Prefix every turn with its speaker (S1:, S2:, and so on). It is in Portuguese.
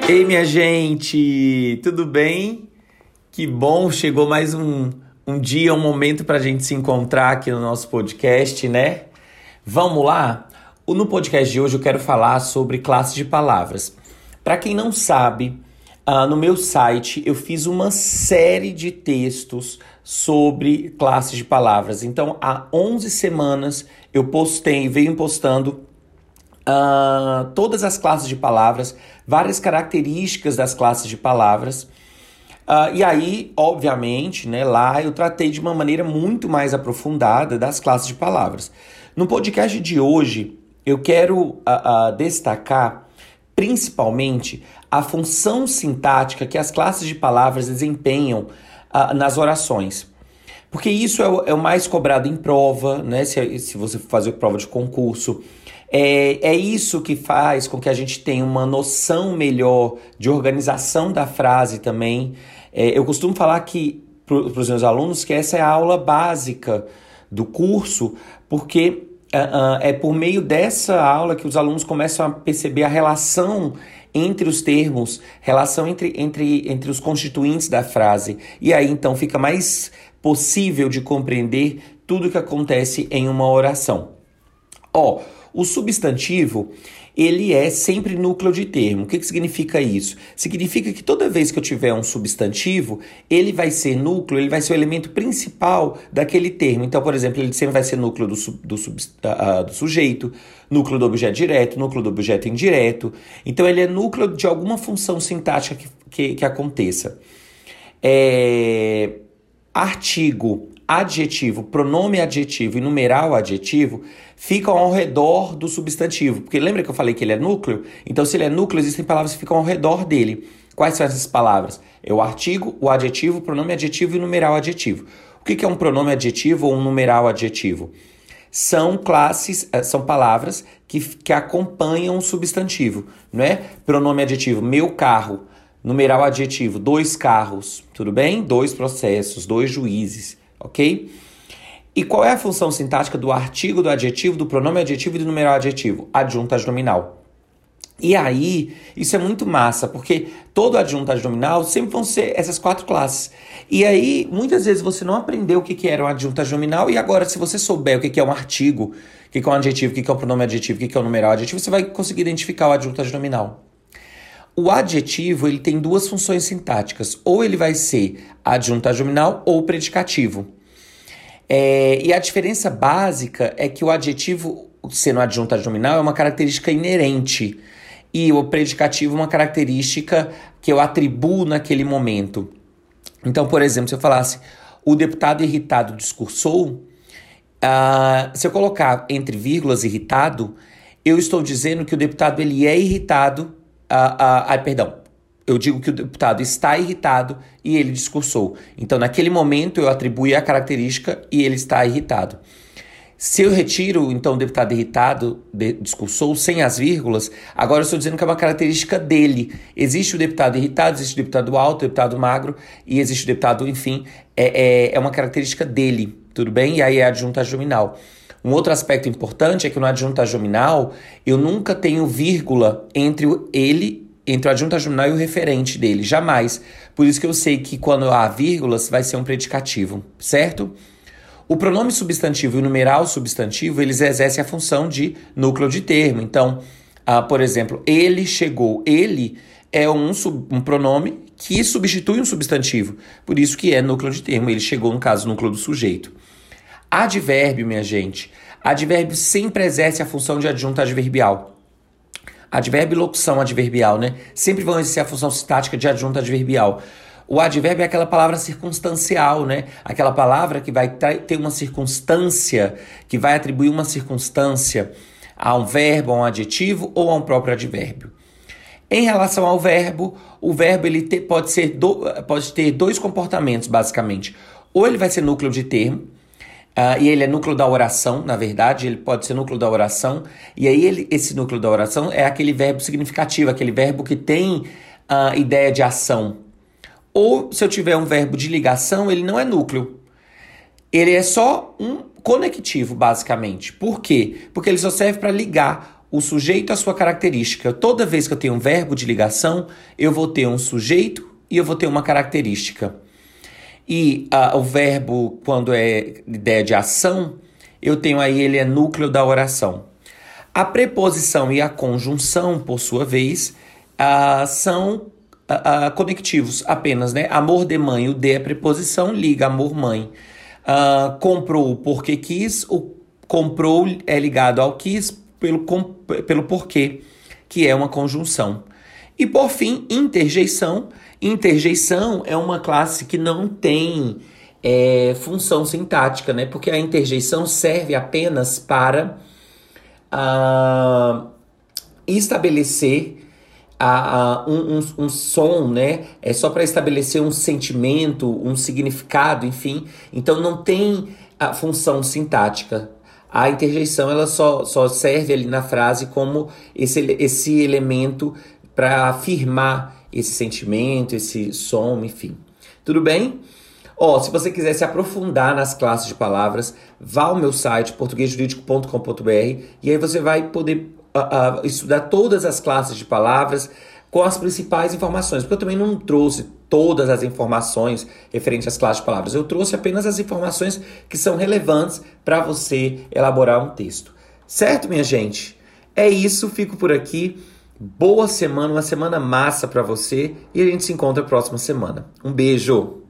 S1: Ei, minha gente, tudo bem? Que bom, chegou mais um dia, um momento para a gente se encontrar aqui no nosso podcast, né? Vamos lá? No podcast de hoje eu quero falar sobre classes de palavras. Para quem não sabe, no meu site eu fiz uma série de textos sobre classes de palavras. Então, há 11 semanas eu venho postando todas as classes de palavras, várias características das classes de palavras. E aí, obviamente, né, lá eu tratei de uma maneira muito mais aprofundada das classes de palavras. No podcast de hoje, eu quero destacar principalmente a função sintática que as classes de palavras desempenham nas orações. Porque isso é o mais cobrado em prova, né? Se você for fazer prova de concurso. É isso que faz com que a gente tenha uma noção melhor de organização da frase também. Eu costumo falar para os meus alunos que essa é a aula básica do curso, porque é por meio dessa aula que os alunos começam a perceber a relação entre os termos, relação entre os constituintes da frase. E aí, então, fica mais possível de compreender tudo o que acontece em uma oração. O substantivo, ele é sempre núcleo de termo. O que significa isso? Significa que toda vez que eu tiver um substantivo, ele vai ser núcleo, ele vai ser o elemento principal daquele termo. Então, por exemplo, ele sempre vai ser núcleo do sujeito, núcleo do objeto direto, núcleo do objeto indireto. Então, ele é núcleo de alguma função sintática que aconteça. Artigo, adjetivo, pronome adjetivo e numeral adjetivo ficam ao redor do substantivo. Porque lembra que eu falei que ele é núcleo? Então, se ele é núcleo, existem palavras que ficam ao redor dele. Quais são essas palavras? É o artigo, o adjetivo, o pronome adjetivo e o numeral adjetivo. O que é um pronome adjetivo ou um numeral adjetivo? São palavras que acompanham o substantivo, não é? Pronome adjetivo, meu carro. Numeral adjetivo, 2 carros, tudo bem? 2 processos, 2 juízes, ok? E qual é a função sintática do artigo, do adjetivo, do pronome adjetivo e do numeral adjetivo? Adjunto adnominal. E aí, isso é muito massa, porque todo adjunto adnominal sempre vão ser essas 4 classes. E aí, muitas vezes você não aprendeu o que era um adjunto adnominal, e agora, se você souber o que é um artigo, o que é um adjetivo, o que é um pronome adjetivo, o que é um numeral adjetivo, você vai conseguir identificar o adjunto adnominal. O adjetivo, ele tem 2 funções sintáticas. Ou ele vai ser adjunto adnominal ou predicativo. E a diferença básica é que o adjetivo, sendo adjunto adnominal, é uma característica inerente. E o predicativo é uma característica que eu atribuo naquele momento. Então, por exemplo, se eu falasse, o deputado irritado discursou, se eu colocar entre vírgulas irritado, eu estou dizendo que o deputado ele é irritado. Eu digo que o deputado está irritado e ele discursou. Então, naquele momento, eu atribuí a característica e ele está irritado. Se eu retiro, então, o deputado irritado discursou sem as vírgulas, agora eu estou dizendo que é uma característica dele. Existe o deputado irritado, existe o deputado alto, o deputado magro e existe o deputado, enfim, é uma característica dele, tudo bem? E aí é adjunto adnominal. Um outro aspecto importante é que no adjunto adnominal eu nunca tenho vírgula entre o adjunto adnominal e o referente dele, jamais. Por isso que eu sei que quando há vírgulas vai ser um predicativo, certo? O pronome substantivo e o numeral substantivo, eles exercem a função de núcleo de termo. Então, por exemplo, ele chegou. Ele é um pronome que substitui um substantivo. Por isso que é núcleo de termo. Ele chegou, no caso, núcleo do sujeito. Advérbio, minha gente. Advérbio sempre exerce a função de adjunto adverbial. Advérbio e locução adverbial, né? Sempre vão exercer a função sintática de adjunto adverbial. O advérbio é aquela palavra circunstancial, né? Aquela palavra que vai ter uma circunstância, que vai atribuir uma circunstância a um verbo, a um adjetivo ou a um próprio advérbio. Em relação ao verbo, o verbo ele pode ter 2 comportamentos, basicamente. Ou ele vai ser núcleo de termo, e ele é núcleo da oração, na verdade, ele pode ser núcleo da oração, e aí esse núcleo da oração é aquele verbo significativo, aquele verbo que tem ideia de ação. Ou se eu tiver um verbo de ligação, ele não é núcleo. Ele é só um conectivo, basicamente. Por quê? Porque ele só serve para ligar o sujeito, a sua característica. Toda vez que eu tenho um verbo de ligação, eu vou ter um sujeito e eu vou ter uma característica. E o verbo, quando é ideia de ação, eu tenho aí, ele é núcleo da oração. A preposição e a conjunção, por sua vez, são conectivos apenas, né? Amor de mãe, o de é preposição, liga amor-mãe. Comprou porque quis, o comprou é ligado ao quis pelo porquê, que é uma conjunção. E por fim, interjeição. Interjeição é uma classe que não tem função sintática, né? Porque a interjeição serve apenas para estabelecer um som, né? É só para estabelecer um sentimento, um significado, enfim. Então não tem a função sintática. A interjeição ela só serve ali na frase como esse elemento para afirmar esse sentimento, esse som, enfim. Tudo bem? Se você quiser se aprofundar nas classes de palavras, vá ao meu site portuguesjurídico.com.br e aí você vai poder estudar todas as classes de palavras com as principais informações, porque eu também não trouxe todas as informações referentes às classes de palavras, eu trouxe apenas as informações que são relevantes para você elaborar um texto. Certo, minha gente? É isso, fico por aqui. Boa semana, uma semana massa para você e a gente se encontra na próxima semana. Um beijo!